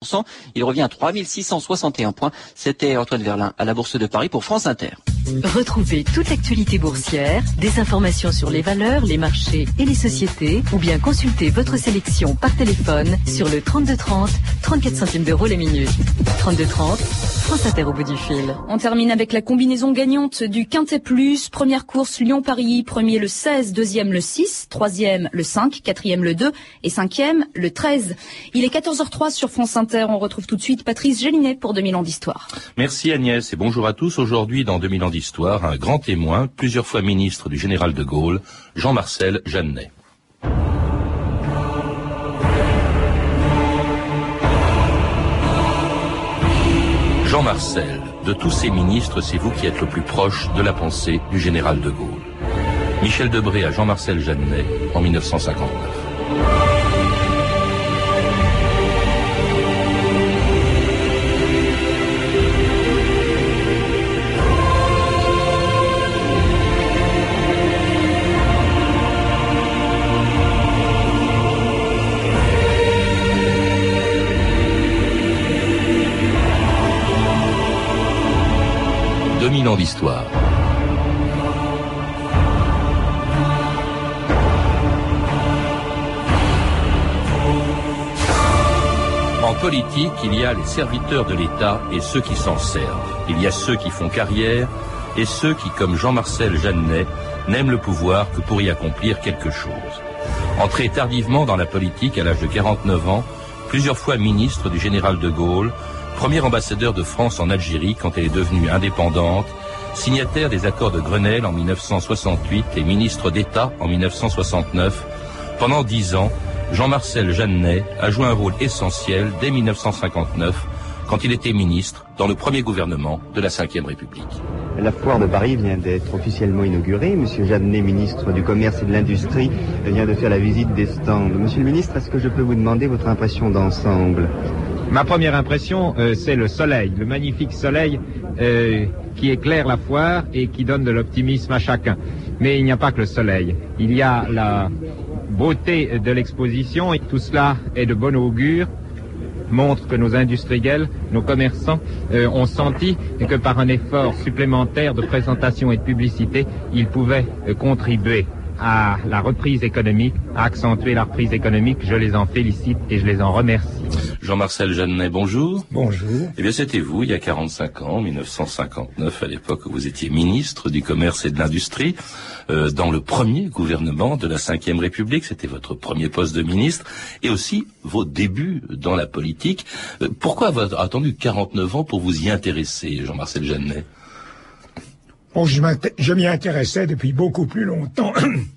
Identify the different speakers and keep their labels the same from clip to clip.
Speaker 1: 0,5%. Il revient à 3661 points. C'était Antoine Verlin à la Bourse de Paris pour France Inter.
Speaker 2: Retrouvez toute l'actualité boursière, des informations sur les valeurs, les marchés et les sociétés, ou bien consultez votre sélection par téléphone sur le 3230, 34 centimes d'euros la minute. 3230, France Inter au bout du fil.
Speaker 3: On termine avec la combinaison gagnante du Quintet Plus. Première course Lyon-Paris, premier le 16, deuxième le 6, troisième le 5, quatrième le 2 et cinquième le 13. Il est 14h03 sur France Inter. On retrouve tout de suite Patrice Gélinet pour 2000 ans d'histoire.
Speaker 4: Merci Agnès et bonjour à tous. Aujourd'hui, dans 2000 ans d'histoire, un grand témoin, plusieurs fois ministre du général de Gaulle, Jean-Marcel Jeannet. Jean-Marcel, de tous ces ministres, c'est vous qui êtes le plus proche de la pensée du général de Gaulle. Michel Debré à Jean-Marcel Jeannet en 1959. d'histoire. En politique, il y a les serviteurs de l'État et ceux qui s'en servent. Il y a ceux qui font carrière et ceux qui, comme Jean-Marcel Jeannet, n'aiment le pouvoir que pour y accomplir quelque chose. Entré tardivement dans la politique à l'âge de 49 ans, plusieurs fois ministre du général de Gaulle, premier ambassadeur de France en Algérie quand elle est devenue indépendante, signataire des accords de Grenelle en 1968 et ministre d'État en 1969, pendant 10 ans, Jean-Marcel Jeannet a joué un rôle essentiel dès 1959, quand il était ministre dans le premier gouvernement de la Ve République.
Speaker 5: La foire de Paris vient d'être officiellement inaugurée. Monsieur Jeannet, ministre du Commerce et de l'Industrie, vient de faire la visite des stands. Monsieur le ministre, est-ce que je peux vous demander votre impression d'ensemble ?
Speaker 6: Ma première impression, c'est le soleil, le magnifique soleil qui éclaire la foire et qui donne de l'optimisme à chacun. Mais il n'y a pas que le soleil. Il y a la beauté de l'exposition et tout cela est de bon augure, montre que nos industriels, nos commerçants ont senti que par un effort supplémentaire de présentation et de publicité, ils pouvaient contribuer à la reprise économique, à accentuer la reprise économique. Je les en félicite et je les en remercie.
Speaker 4: Jean-Marcel Jeannet, bonjour.
Speaker 7: Bonjour.
Speaker 4: Eh bien, c'était vous, il y a 45 ans, 1959, à l'époque où vous étiez ministre du Commerce et de l'Industrie, dans le premier gouvernement de la Ve République. C'était votre premier poste de ministre et aussi vos débuts dans la politique. Pourquoi avoir attendu 49 ans pour vous y intéresser, Jean-Marcel Jeannet ?
Speaker 7: Bon, je m'y intéressais depuis beaucoup plus longtemps.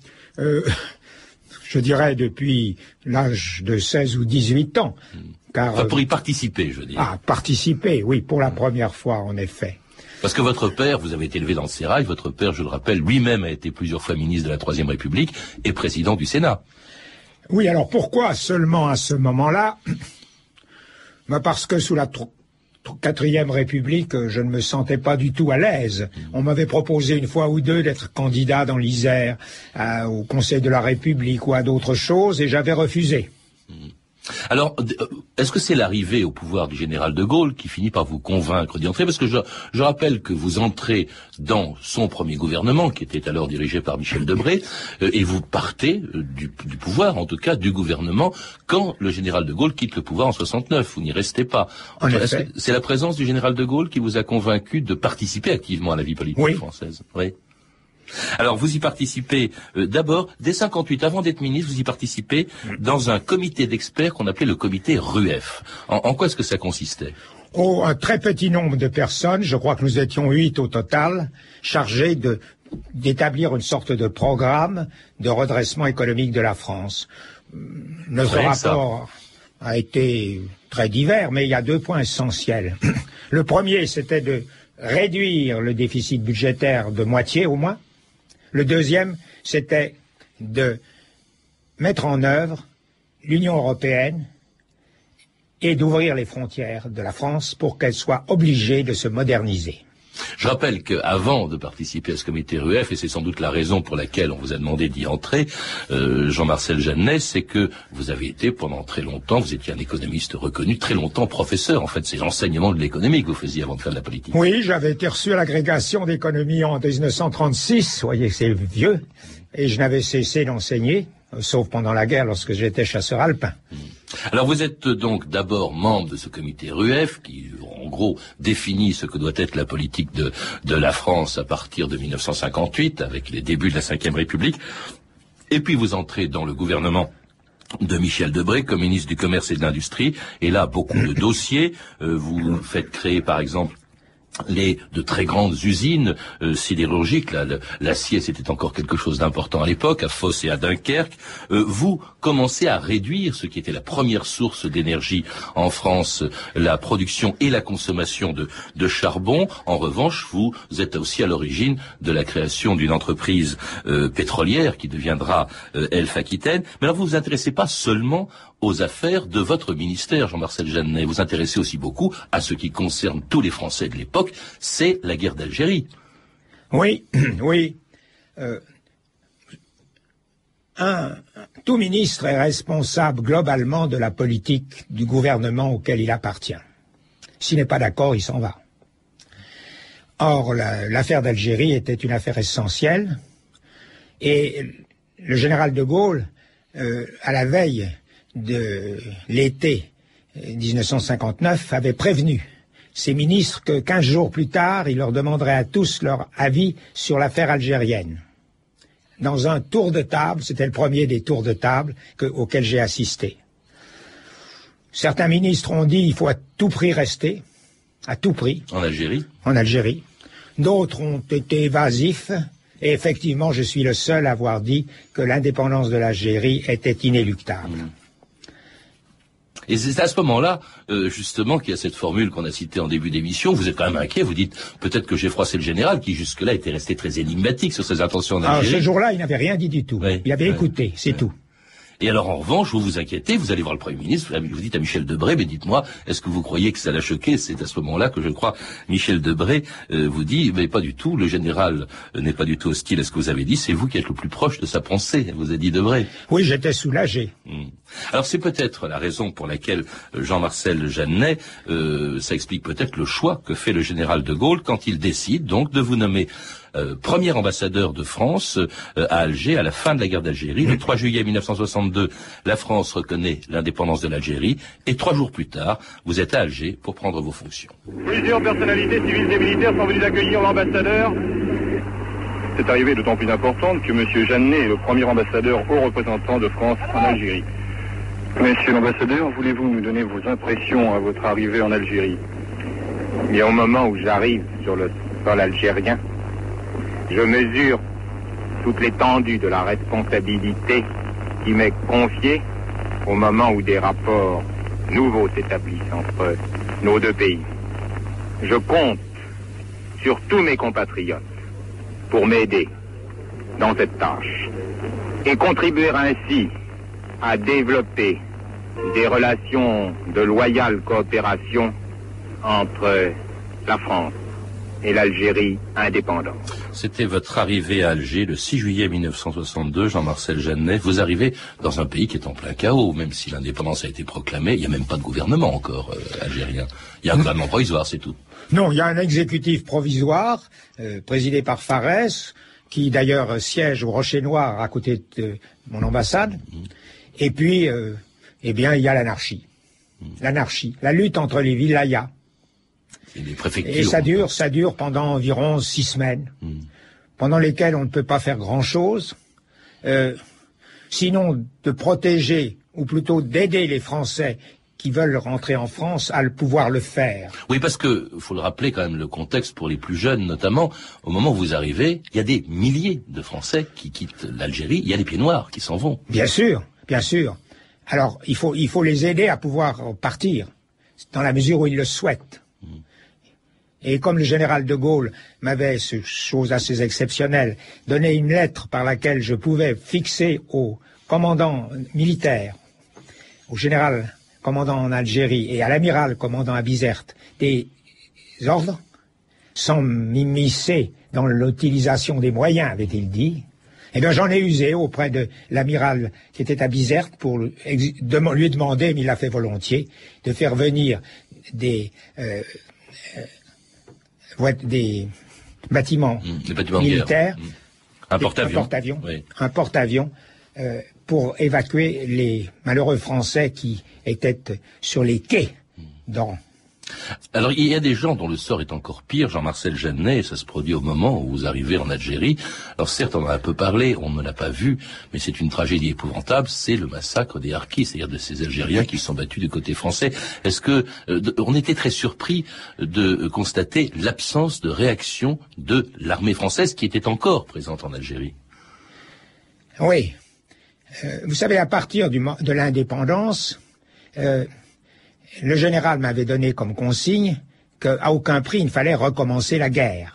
Speaker 7: Je dirais depuis l'âge de 16 ou 18 ans. Car,
Speaker 4: enfin, pour y participer, je veux dire.
Speaker 7: Ah, participer, oui, pour la première fois, en effet.
Speaker 4: Parce que votre père, vous avez été élevé dans le sérail, votre père, je le rappelle, lui-même a été plusieurs fois ministre de la Troisième République et président du Sénat.
Speaker 7: Oui, alors pourquoi seulement à ce moment-là ? Parce que sous la Quatrième République, je ne me sentais pas du tout à l'aise. On m'avait proposé une fois ou deux d'être candidat dans l'Isère, au Conseil de la République ou à d'autres choses, et j'avais refusé.
Speaker 4: Alors, est-ce que c'est l'arrivée au pouvoir du général de Gaulle qui finit par vous convaincre d'y entrer ? Parce que je rappelle que vous entrez dans son premier gouvernement, qui était alors dirigé par Michel Debré, et vous partez du pouvoir, en tout cas du gouvernement, quand le général de Gaulle quitte le pouvoir en 69. Vous n'y restez pas. Est-ce que c'est la présence du général de Gaulle qui vous a convaincu de participer activement à la vie politique française ? Oui. Alors, vous y participez d'abord, dès 58, avant d'être ministre, vous y participez dans un comité d'experts qu'on appelait le comité RUEF. En quoi est-ce que ça consistait ?
Speaker 7: Un très petit nombre de personnes, je crois que nous étions 8 au total, chargés d'établir une sorte de programme de redressement économique de la France. Notre rapport a été très divers, mais il y a 2 points essentiels. Le premier, c'était de réduire le déficit budgétaire de moitié au moins. Le deuxième, c'était de mettre en œuvre l'Union européenne et d'ouvrir les frontières de la France pour qu'elle soit obligée de se moderniser.
Speaker 4: Je rappelle qu'avant de participer à ce comité RUEF, et c'est sans doute la raison pour laquelle on vous a demandé d'y entrer, Jean-Marcel Jeannet, c'est que vous avez été pendant très longtemps, vous étiez un économiste reconnu, très longtemps professeur. En fait, c'est l'enseignement de l'économie que vous faisiez avant de faire de la politique.
Speaker 7: Oui, j'avais été reçu à l'agrégation d'économie en 1936, vous voyez, c'est vieux, et je n'avais cessé d'enseigner, sauf pendant la guerre lorsque j'étais chasseur alpin.
Speaker 4: Alors vous êtes donc d'abord membre de ce comité RUEF qui, en gros, définit ce que doit être la politique de la France à partir de 1958, avec les débuts de la Ve République. Et puis vous entrez dans le gouvernement de Michel Debré comme ministre du Commerce et de l'Industrie. Et là, beaucoup de dossiers. Vous faites créer, par exemple, de très grandes usines sidérurgiques. L'acier, c'était encore quelque chose d'important à l'époque, à Fos et à Dunkerque. Vous commencez à réduire ce qui était la première source d'énergie en France, la production et la consommation de charbon. En revanche, vous êtes aussi à l'origine de la création d'une entreprise pétrolière qui deviendra Elf Aquitaine. Mais alors, vous vous intéressez pas seulement aux affaires de votre ministère, Jean-Marcel Jeannet. Vous intéressez aussi beaucoup à ce qui concerne tous les Français de l'époque, c'est la guerre d'Algérie.
Speaker 7: Oui, oui. Tout ministre est responsable globalement de la politique du gouvernement auquel il appartient. S'il n'est pas d'accord, il s'en va. Or, l'affaire d'Algérie était une affaire essentielle, et le général de Gaulle, à la veille de l'été 1959, avait prévenu ses ministres que 15 jours plus tard, il leur demanderait à tous leur avis sur l'affaire algérienne. Dans un tour de table, c'était le premier des tours de table auquel j'ai assisté. Certains ministres ont dit il faut à tout prix rester, à tout prix.
Speaker 4: En Algérie.
Speaker 7: En Algérie. D'autres ont été évasifs. Et effectivement, je suis le seul à avoir dit que l'indépendance de l'Algérie était inéluctable.
Speaker 4: Et c'est à ce moment-là, justement, qu'il y a cette formule qu'on a citée en début d'émission. Vous êtes quand même inquiet, vous dites peut-être que j'ai froissé le général, qui jusque-là était resté très énigmatique sur ses intentions en Algérie.
Speaker 7: Alors, ce jour-là, il n'avait rien dit du tout. Oui, il avait écouté, c'est tout.
Speaker 4: Et alors, en revanche, vous vous inquiétez, vous allez voir le Premier ministre, vous dites à Michel Debré, mais dites-moi, est-ce que vous croyez que ça l'a choqué? C'est à ce moment-là que je crois Michel Debré vous dit, mais pas du tout, le général n'est pas du tout hostile à ce que vous avez dit, c'est vous qui êtes le plus proche de sa pensée, vous a dit Debré.
Speaker 7: Oui, j'étais soulagé.
Speaker 4: Alors c'est peut-être la raison pour laquelle Jean-Marcel Jeannet, ça explique peut-être le choix que fait le général de Gaulle quand il décide donc de vous nommer premier ambassadeur de France à Alger à la fin de la guerre d'Algérie. Le 3 juillet 1962, la France reconnaît l'indépendance de l'Algérie et 3 jours plus tard, vous êtes à Alger pour prendre vos fonctions.
Speaker 8: Plusieurs personnalités civiles et militaires sont venues accueillir l'ambassadeur. Cette arrivée est d'autant plus importante que M. Jeannet est le premier ambassadeur haut représentant de France en Algérie. Monsieur l'ambassadeur, voulez-vous nous donner vos impressions à votre arrivée en Algérie?
Speaker 9: Et au moment où j'arrive sur le sol algérien, je mesure toute l'étendue de la responsabilité qui m'est confiée au moment où des rapports nouveaux s'établissent entre nos deux pays. Je compte sur tous mes compatriotes pour m'aider dans cette tâche et contribuer ainsi à développer des relations de loyale coopération entre la France et l'Algérie indépendante.
Speaker 4: C'était votre arrivée à Alger le 6 juillet 1962, Jean-Marcel Jeannet. Vous arrivez dans un pays qui est en plein chaos, même si l'indépendance a été proclamée. Il n'y a même pas de gouvernement encore algérien. Il y a un gouvernement provisoire, c'est tout.
Speaker 7: Non, il y a un exécutif provisoire, présidé par Farès, qui d'ailleurs siège au Rocher Noir à côté de mon ambassade. Et puis, eh bien, il y a l'anarchie. L'anarchie, la lutte entre les wilayas. Et ça dure pendant environ 6 semaines, pendant lesquelles on ne peut pas faire grand-chose, sinon de protéger, ou plutôt d'aider les Français qui veulent rentrer en France à pouvoir le faire.
Speaker 4: Oui, parce que, faut le rappeler quand même, le contexte pour les plus jeunes notamment, au moment où vous arrivez, il y a des milliers de Français qui quittent l'Algérie, il y a les pieds noirs qui s'en vont.
Speaker 7: Bien sûr, bien sûr. Alors, il faut les aider à pouvoir partir, dans la mesure où ils le souhaitent. Et comme le général de Gaulle m'avait, chose assez exceptionnelle, donné une lettre par laquelle je pouvais fixer au commandant militaire, au général commandant en Algérie et à l'amiral commandant à Bizerte des ordres, sans m'immiscer dans l'utilisation des moyens, avait-il dit. Eh bien, j'en ai usé auprès de l'amiral qui était à Bizerte pour lui demander, mais il l'a fait volontiers, de faire venir des bâtiments militaires,
Speaker 4: un porte-avions,
Speaker 7: un porte-avions pour évacuer les malheureux Français qui étaient sur les quais dans...
Speaker 4: Alors, il y a des gens dont le sort est encore pire. Jean-Marcel Jeannet, ça se produit au moment où vous arrivez en Algérie. Alors, certes, on en a un peu parlé, on ne l'a pas vu, mais c'est une tragédie épouvantable. C'est le massacre des Harkis, c'est-à-dire de ces Algériens qui sont battus du côté français. Est-ce que on était très surpris de constater l'absence de réaction de l'armée française qui était encore présente en Algérie?
Speaker 7: Oui. Vous savez, à partir de l'indépendance, le général m'avait donné comme consigne qu'à aucun prix il ne fallait recommencer la guerre.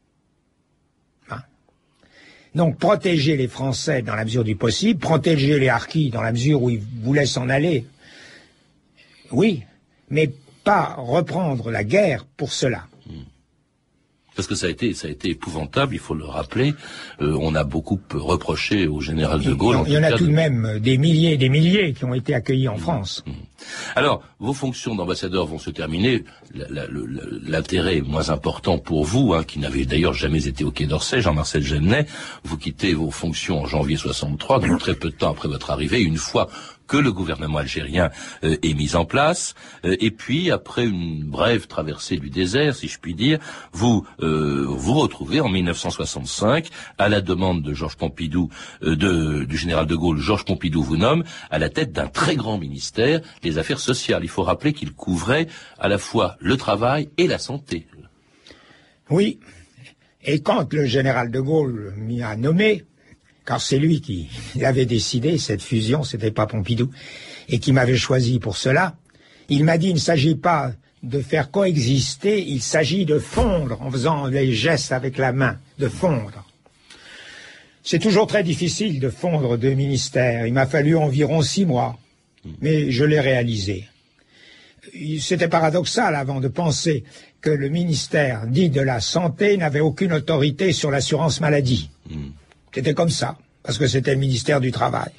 Speaker 7: Donc protéger les Français dans la mesure du possible, protéger les Harkis dans la mesure où ils voulaient s'en aller, oui, mais pas reprendre la guerre pour cela.
Speaker 4: Parce que ça a été épouvantable, il faut le rappeler. On a beaucoup reproché au général de Gaulle.
Speaker 7: Il y en a tout de même des milliers et des milliers qui ont été accueillis en France.
Speaker 4: Alors, vos fonctions d'ambassadeur vont se terminer. L'intérêt est moins important pour vous, qui n'avez d'ailleurs jamais été au Quai d'Orsay, Jean-Marcel Jeannet. Vous quittez vos fonctions en janvier 63, donc très peu de temps après votre arrivée, une fois que le gouvernement algérien est mis en place, et puis après une brève traversée du désert, si je puis dire, vous vous retrouvez en 1965 à la demande de Georges Pompidou, du général de Gaulle. Georges Pompidou vous nomme à la tête d'un très grand ministère, les affaires sociales. Il faut rappeler qu'il couvrait à la fois le travail et la santé.
Speaker 7: Oui, et quand le général de Gaulle m'y a nommé, car c'est lui qui avait décidé cette fusion, c'était pas Pompidou, et qui m'avait choisi pour cela, il m'a dit il ne s'agit pas de faire coexister, il s'agit de fondre en faisant les gestes avec la main, de fondre. C'est toujours très difficile de fondre deux ministères, il m'a fallu environ 6 mois, mais je l'ai réalisé. C'était paradoxal avant de penser que le ministère dit de la Santé n'avait aucune autorité sur l'assurance maladie. C'était comme ça, parce que c'était le ministère du Travail.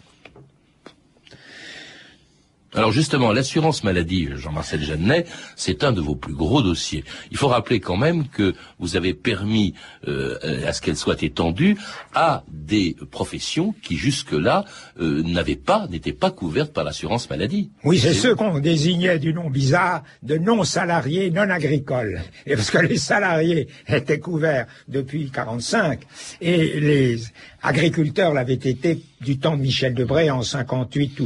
Speaker 4: Alors justement, l'assurance maladie, Jean-Marcel Jeannet, c'est un de vos plus gros dossiers. Il faut rappeler quand même que vous avez permis à ce qu'elle soit étendue à des professions qui jusque-là n'étaient pas couvertes par l'assurance maladie.
Speaker 7: Oui, c'est ceux qu'on désignait du nom bizarre de non-salariés non agricoles. Et parce que les salariés étaient couverts depuis 1945 et les agriculteurs l'avaient été du temps de Michel Debré en 58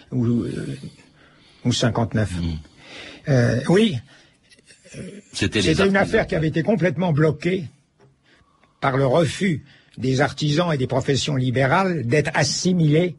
Speaker 7: ou 59. Oui, c'était une affaire qui avait été complètement bloquée par le refus des artisans et des professions libérales d'être assimilés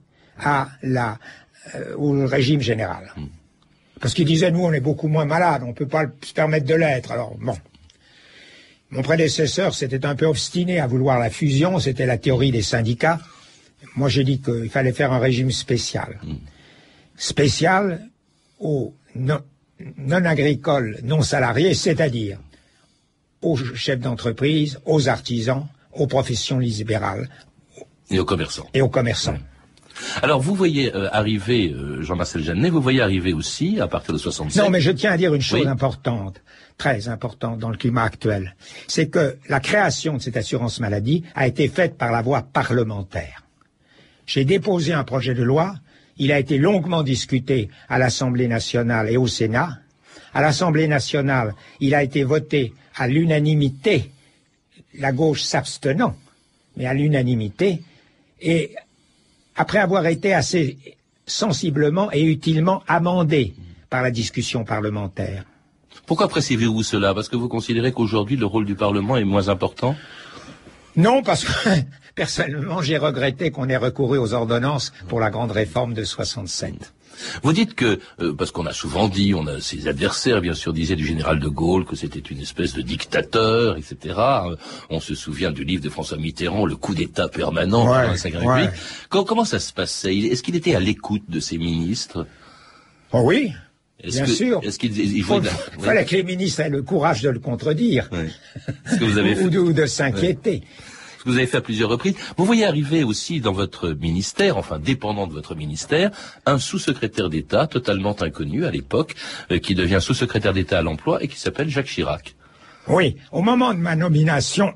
Speaker 7: au régime général. Parce qu'ils disaient, nous, on est beaucoup moins malades, on ne peut pas se permettre de l'être. Alors, bon. Mon prédécesseur s'était un peu obstiné à vouloir la fusion, c'était la théorie des syndicats. Moi, j'ai dit qu'il fallait faire un régime spécial. Spécial aux non-agricoles, non-salariés, c'est-à-dire aux chefs d'entreprise, aux artisans, aux professions libérales.
Speaker 4: Et aux commerçants.
Speaker 7: Alors,
Speaker 4: vous voyez arriver, Jean-Marcel Jeannet, vous voyez arriver aussi, à partir de 67...
Speaker 7: Non, mais je tiens à dire une chose importante, très importante dans le climat actuel. C'est que la création de cette assurance maladie a été faite par la voie parlementaire. J'ai déposé un projet de loi, il a été longuement discuté à l'Assemblée nationale et au Sénat. À l'Assemblée nationale, il a été voté à l'unanimité, la gauche s'abstenant, mais à l'unanimité, et après avoir été assez sensiblement et utilement amendé par la discussion parlementaire.
Speaker 4: Pourquoi précisez-vous cela? Parce que vous considérez qu'aujourd'hui le rôle du Parlement est moins important?
Speaker 7: Non, parce que personnellement j'ai regretté qu'on ait recouru aux ordonnances pour la grande réforme de 67.
Speaker 4: Vous dites que, parce qu'on a souvent dit, ses adversaires bien sûr disaient du général de Gaulle que c'était une espèce de dictateur, etc. On se souvient du livre de François Mitterrand, le coup d'État permanent dans la Cinquième République. Comment ça se passait? Est-ce qu'il était à l'écoute de ses ministres?
Speaker 7: Oh oui, Bien sûr.
Speaker 4: Est-ce qu'il
Speaker 7: Il fallait que les ministres aient le courage de le contredire.
Speaker 4: Oui. Ce que vous avez fait.
Speaker 7: ou de s'inquiéter.
Speaker 4: Ce que vous avez fait à plusieurs reprises. Vous voyez arriver aussi dans votre ministère, enfin dépendant de votre ministère, un sous-secrétaire d'État totalement inconnu à l'époque, qui devient sous-secrétaire d'État à l'emploi et qui s'appelle Jacques Chirac.
Speaker 7: Oui, au moment de ma nomination,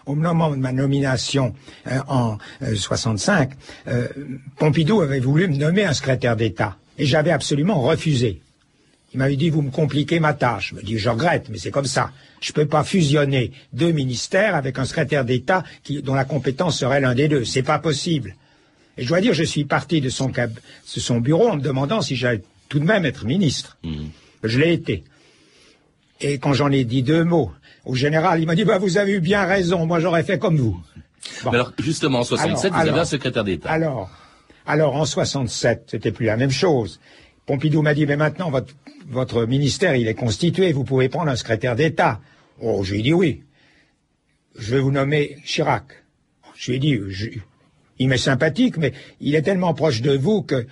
Speaker 7: en 65, Pompidou avait voulu me nommer un secrétaire d'État et j'avais absolument refusé. Il m'avait dit, vous me compliquez ma tâche. Je me dis, je regrette, mais c'est comme ça. Je peux pas fusionner deux ministères avec un secrétaire d'État dont la compétence serait l'un des deux. C'est pas possible. Et je dois dire, je suis parti de son bureau en me demandant si j'allais tout de même être ministre. Je l'ai été. Et quand j'en ai dit deux mots au général, il m'a dit, vous avez eu bien raison, moi j'aurais fait comme vous. Bon.
Speaker 4: Mais alors, justement, en 67, vous avez un secrétaire d'État.
Speaker 7: Alors, en 67, c'était plus la même chose. Pompidou m'a dit, mais maintenant, votre ministère, il est constitué, vous pouvez prendre un secrétaire d'État. Oh, je lui ai dit oui. Je vais vous nommer Chirac. Je lui ai dit, il m'est sympathique, mais il est tellement proche de vous que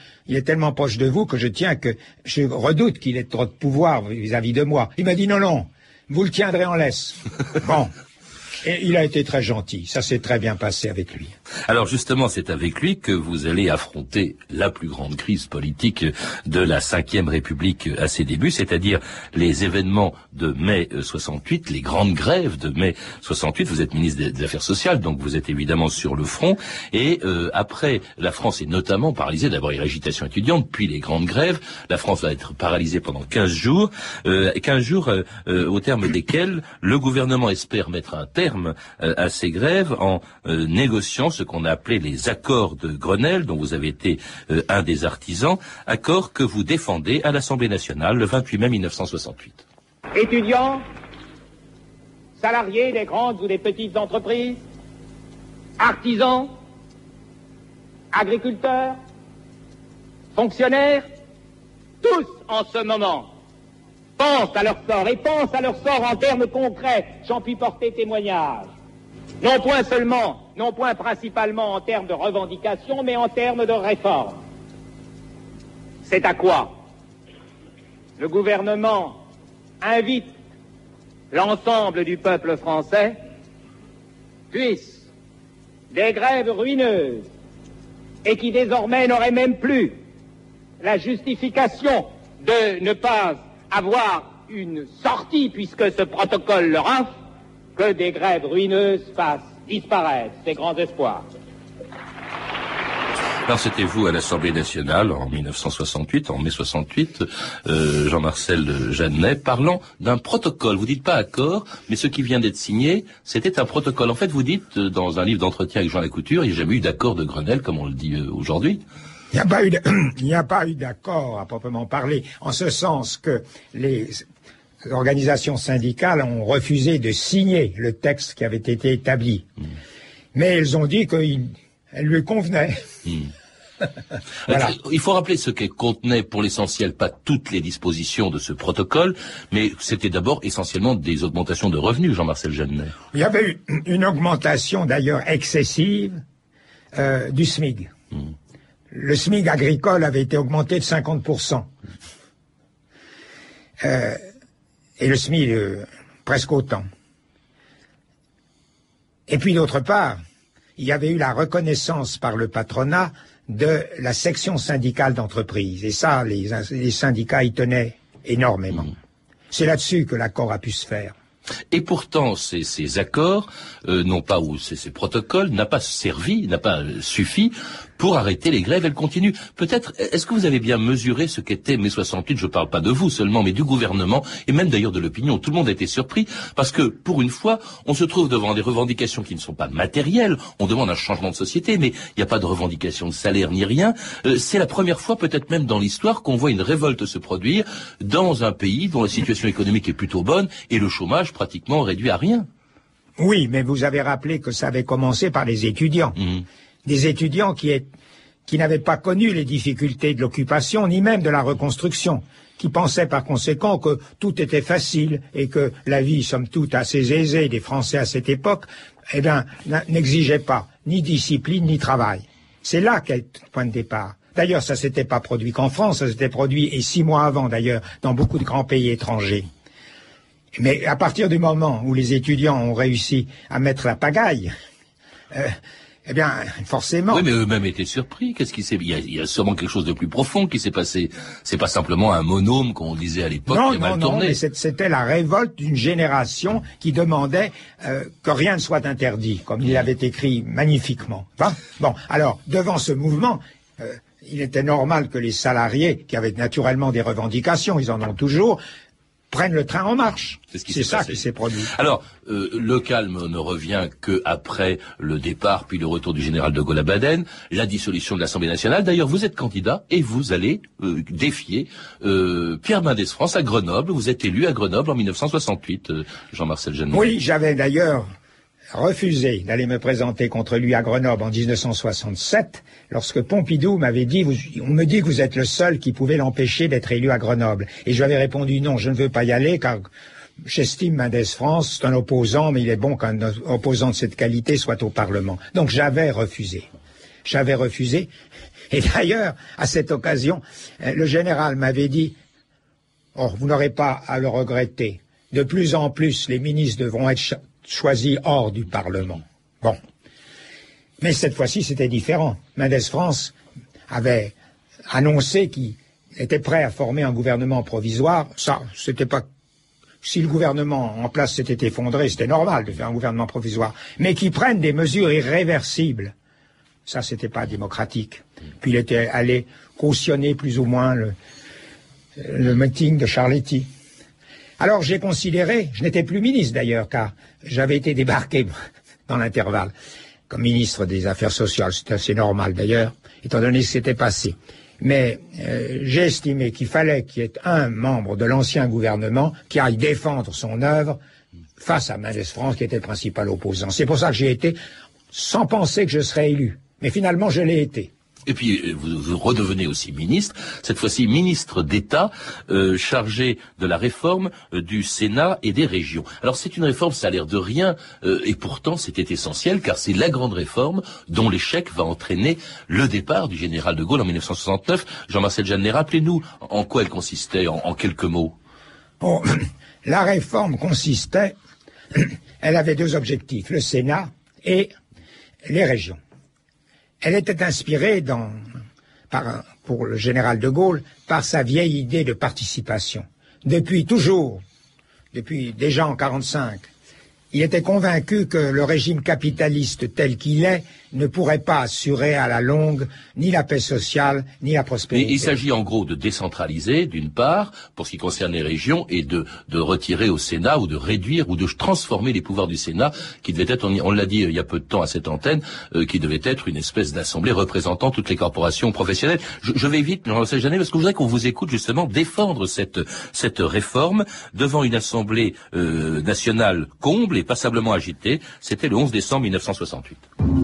Speaker 7: je redoute qu'il ait trop de pouvoir vis-à-vis de moi. Il m'a dit non, vous le tiendrez en laisse. Bon. Et il a été très gentil. Ça s'est très bien passé avec lui.
Speaker 4: Alors justement, c'est avec lui que vous allez affronter la plus grande crise politique de la Ve République à ses débuts, c'est-à-dire les événements de mai 68, les grandes grèves de mai 68. Vous êtes ministre des Affaires sociales, donc vous êtes évidemment sur le front. Et après, la France est notamment paralysée. D'abord, il y a l'agitation étudiante, puis les grandes grèves. La France va être paralysée pendant 15 jours. 15 jours au terme desquels le gouvernement espère mettre un terme à ces grèves en négociant ce qu'on a appelé les accords de Grenelle, dont vous avez été un des artisans, accords que vous défendez à l'Assemblée nationale le 28 mai 1968.
Speaker 9: Étudiants, salariés des grandes ou des petites entreprises, artisans, agriculteurs, fonctionnaires, tous en ce moment pensent à leur sort, et pensent à leur sort en termes concrets. J'en puis porter témoignage. Non point principalement en termes de revendications, mais en termes de réforme. C'est à quoi le gouvernement invite l'ensemble du peuple français, puisse des grèves ruineuses et qui désormais n'auraient même plus la justification de ne pas avoir une sortie, puisque ce protocole leur offre, que des grèves ruineuses fassent disparaître ces grands espoirs.
Speaker 4: Alors c'était vous à l'Assemblée nationale en 1968, en mai 68, Jean-Marcel Jeannet, parlant d'un protocole. Vous dites pas accord, mais ce qui vient d'être signé, c'était un protocole. En fait, vous dites dans un livre d'entretien avec Jean Lacouture, il n'y a jamais eu d'accord de Grenelle, comme on le dit aujourd'hui.
Speaker 7: Il n'y a pas eu d'accord à proprement parler, en ce sens que les organisations syndicales ont refusé de signer le texte qui avait été établi. Mais elles ont dit qu'elle lui convenait.
Speaker 4: Voilà. Il faut rappeler ce qu'elle contenait pour l'essentiel, pas toutes les dispositions de ce protocole, mais c'était d'abord essentiellement des augmentations de revenus, Jean-Marcel Jeannet.
Speaker 7: Il y avait eu une augmentation d'ailleurs excessive du SMIC. Le SMIC agricole avait été augmenté de 50%. Et le SMIC presque autant. Et puis d'autre part, il y avait eu la reconnaissance par le patronat de la section syndicale d'entreprise. Et ça, les syndicats y tenaient énormément. C'est là-dessus que l'accord a pu se faire.
Speaker 4: Et pourtant, ces accords, ces protocoles, n'a pas suffi pour arrêter les grèves. Elles continuent. Peut-être, est-ce que vous avez bien mesuré ce qu'était mai 68? Je ne parle pas de vous seulement, mais du gouvernement, et même d'ailleurs de l'opinion. Tout le monde a été surpris, parce que, pour une fois, on se trouve devant des revendications qui ne sont pas matérielles. On demande un changement de société, mais il n'y a pas de revendication de salaire ni rien. C'est la première fois, peut-être même dans l'histoire, qu'on voit une révolte se produire dans un pays dont la situation économique est plutôt bonne, et le chômage pratiquement réduit à rien.
Speaker 7: Oui, mais vous avez rappelé que ça avait commencé par les étudiants. Des étudiants qui n'avaient pas connu les difficultés de l'occupation, ni même de la reconstruction, qui pensaient par conséquent que tout était facile et que la vie, somme toute, assez aisée des Français à cette époque, n'exigeait pas ni discipline ni travail. C'est là qu'est le point de départ. D'ailleurs, ça s'était pas produit qu'en France, ça s'était produit, et 6 mois avant d'ailleurs, dans beaucoup de grands pays étrangers. Mais à partir du moment où les étudiants ont réussi à mettre la pagaille, eh bien, forcément...
Speaker 4: Oui, mais eux-mêmes étaient surpris. Qu'est-ce qui s'est... Il y a sûrement quelque chose de plus profond qui s'est passé. C'est pas simplement un monôme qu'on disait à l'époque qui a mal tourné.
Speaker 7: Non, mais c'était la révolte d'une génération qui demandait que rien ne soit interdit, comme il l'avait écrit magnifiquement. Enfin, bon, alors, devant ce mouvement... il était normal que les salariés, qui avaient naturellement des revendications, ils en ont toujours, prennent le train en marche. C'est ça qui s'est produit.
Speaker 4: Alors, le calme ne revient que après le départ, puis le retour du général de Gaulle à Baden, la dissolution de l'Assemblée nationale. D'ailleurs, vous êtes candidat et vous allez défier Pierre Mendès France à Grenoble. Vous êtes élu à Grenoble en 1968, Jean-Marcel Jeannet.
Speaker 7: Oui, j'avais d'ailleurs refusé d'aller me présenter contre lui à Grenoble en 1967, lorsque Pompidou m'avait dit, on me dit que vous êtes le seul qui pouvait l'empêcher d'être élu à Grenoble. Et je lui avais répondu non, je ne veux pas y aller, car j'estime Mendès France, c'est un opposant, mais il est bon qu'un opposant de cette qualité soit au Parlement. Donc j'avais refusé. Et d'ailleurs, à cette occasion, le général m'avait dit, oh, vous n'aurez pas à le regretter. De plus en plus, les ministres devront être choisi hors du Parlement. Bon. Mais cette fois-ci, c'était différent. Mendès France avait annoncé qu'il était prêt à former un gouvernement provisoire. Ça, c'était pas... Si le gouvernement en place s'était effondré, c'était normal de faire un gouvernement provisoire. Mais qu'il prenne des mesures irréversibles. Ça, c'était pas démocratique. Puis il était allé cautionner plus ou moins le meeting de Charletti. Alors j'ai considéré, je n'étais plus ministre d'ailleurs, car j'avais été débarqué dans l'intervalle comme ministre des Affaires sociales. C'est assez normal d'ailleurs, étant donné ce qui s'était passé. Mais j'ai estimé qu'il fallait qu'il y ait un membre de l'ancien gouvernement qui aille défendre son œuvre face à Mendès France, qui était le principal opposant. C'est pour ça que j'ai été, sans penser que je serais élu. Mais finalement, je l'ai été.
Speaker 4: Et puis, vous redevenez aussi ministre, cette fois-ci ministre d'État, chargé de la réforme du Sénat et des régions. Alors, c'est une réforme, ça a l'air de rien, et pourtant, c'était essentiel, car c'est la grande réforme dont l'échec va entraîner le départ du général de Gaulle en 1969. Jean-Marcel Jeannet, rappelez-nous en quoi elle consistait, en quelques mots.
Speaker 7: Bon, la réforme consistait, elle avait 2 objectifs, le Sénat et les régions. Elle était inspirée pour le général de Gaulle par sa vieille idée de participation. Depuis déjà en 1945, il était convaincu que le régime capitaliste tel qu'il est ne pourrait pas assurer à la longue ni la paix sociale ni la prospérité.
Speaker 4: Et il s'agit en gros de décentraliser d'une part pour ce qui concerne les régions et de retirer au Sénat ou de réduire ou de transformer les pouvoirs du Sénat qui devait être, on l'a dit il y a peu de temps à cette antenne, qui devait être une espèce d'assemblée représentant toutes les corporations professionnelles. Je vais vite, Jean-Marcel Jeannet, parce que je voudrais qu'on vous écoute justement défendre cette réforme devant une assemblée nationale comble et passablement agitée. C'était le 11 décembre 1968.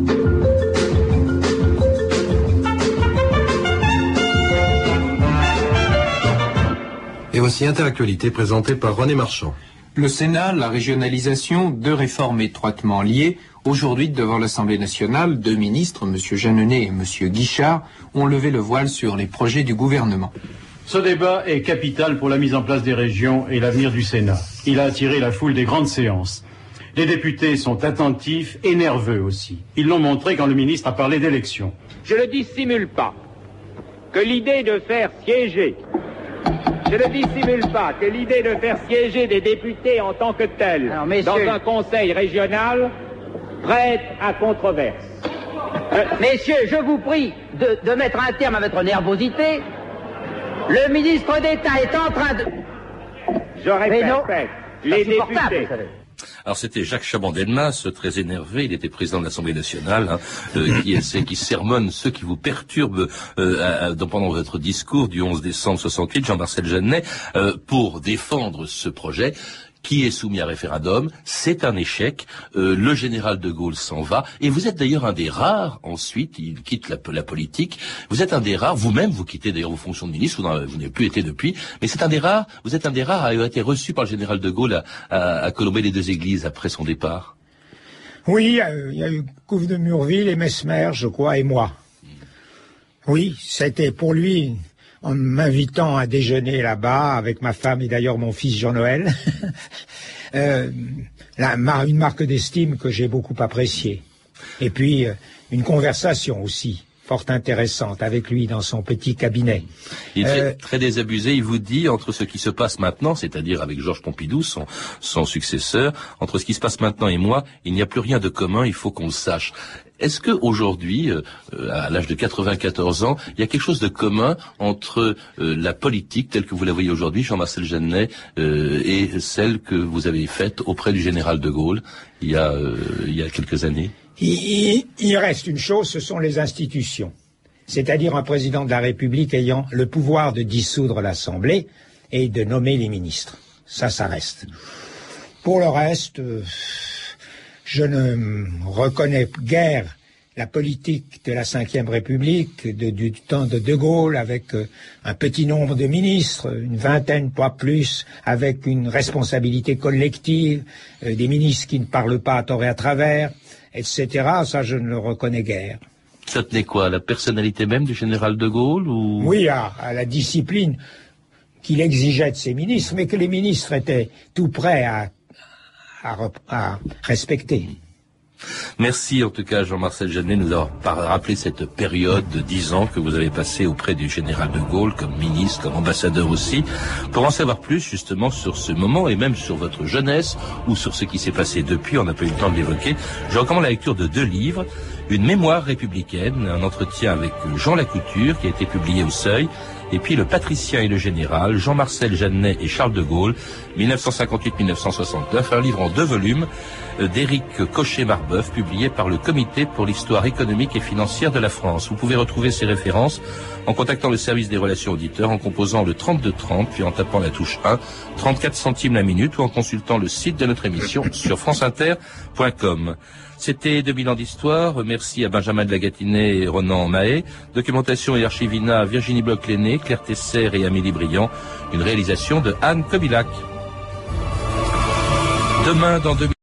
Speaker 10: Et voici Interactualité présentée par René Marchand.
Speaker 11: Le Sénat, la régionalisation, 2 réformes étroitement liées. Aujourd'hui, devant l'Assemblée nationale, 2 ministres, M. Jeanneney et M. Guichard, ont levé le voile sur les projets du gouvernement.
Speaker 12: Ce débat est capital pour la mise en place des régions et l'avenir du Sénat. Il a attiré la foule des grandes séances. Les députés sont attentifs et nerveux aussi. Ils l'ont montré quand le ministre a parlé d'élections.
Speaker 9: Je ne dissimule pas que l'idée de faire siéger des députés en tant que tels dans un conseil régional prête à controverse.
Speaker 13: Messieurs, je vous prie de mettre un terme à votre nervosité. Le ministre d'État est en train de...
Speaker 9: Je répète, les députés...
Speaker 4: Alors c'était Jacques Chaban-Delmas, très énervé, il était président de l'Assemblée nationale, qui sermonne ceux qui vous perturbent pendant votre discours du 11 décembre 68, Jean-Marcel Jeannet, pour défendre ce projet qui est soumis à référendum. C'est un échec. Le général de Gaulle s'en va. Et vous êtes d'ailleurs un des rares, ensuite, il quitte la politique. Vous êtes un des rares, vous-même, vous quittez d'ailleurs vos fonctions de ministre, vous n'avez plus été depuis, mais c'est un des rares, vous êtes un des rares à avoir été reçu par le général de Gaulle à Colomber les 2 églises après son départ.
Speaker 7: Oui, il y a eu Couve de Murville et Mesmer, je crois, et moi. Oui, c'était pour lui, en m'invitant à déjeuner là-bas avec ma femme et d'ailleurs mon fils Jean-Noël, une marque d'estime que j'ai beaucoup appréciée. Et puis, une conversation aussi, fort intéressante, avec lui dans son petit cabinet.
Speaker 4: Il est très désabusé, il vous dit, entre ce qui se passe maintenant, c'est-à-dire avec Georges Pompidou, son successeur, entre ce qui se passe maintenant et moi, il n'y a plus rien de commun, il faut qu'on le sache. Est-ce que aujourd'hui, à l'âge de 94 ans, il y a quelque chose de commun entre la politique telle que vous la voyez aujourd'hui, Jean-Marcel Jeannet, et celle que vous avez faite auprès du général de Gaulle il y a quelques années?
Speaker 7: Il reste une chose, ce sont les institutions. C'est-à-dire un président de la République ayant le pouvoir de dissoudre l'Assemblée et de nommer les ministres. Ça reste. Pour le reste, je ne reconnais guère la politique de la Ve République du temps de De Gaulle avec un petit nombre de ministres, une vingtaine, pas plus, avec une responsabilité collective, des ministres qui ne parlent pas à tort et à travers, etc. Ça, je ne le reconnais guère.
Speaker 4: Ça tenait quoi, à la personnalité même du général de Gaulle ou...
Speaker 7: Oui, à la discipline qu'il exigeait de ses ministres, mais que les ministres étaient tout prêts à respecter.
Speaker 4: Merci en tout cas Jean-Marcel Jeannet de nous avoir rappelé cette période de 10 ans que vous avez passé auprès du général de Gaulle comme ministre, comme ambassadeur aussi. Pour en savoir plus justement sur ce moment et même sur votre jeunesse ou sur ce qui s'est passé depuis, on n'a pas eu le temps de l'évoquer, je recommande la lecture de 2 livres. Une mémoire républicaine, un entretien avec Jean Lacouture qui a été publié au Seuil, et puis Le Patricien et le Général, Jean-Marcel Jeannet et Charles de Gaulle, 1958-1969, un livre en 2 volumes d'Éric Cochet-Marbeuf, publié par le Comité pour l'histoire économique et financière de la France. Vous pouvez retrouver ces références en contactant le service des relations auditeurs, en composant le 3230, puis en tapant la touche 1, 34 centimes la minute, ou en consultant le site de notre émission sur franceinter.com. C'était 2000 ans d'histoire. Merci à Benjamin de la Gâtinais et Ronan Mahé. Documentation et archivina Virginie Bloch-Lenné, Claire Tesser et Amélie Briand. Une réalisation de Anne Kobilac. Demain dans 2000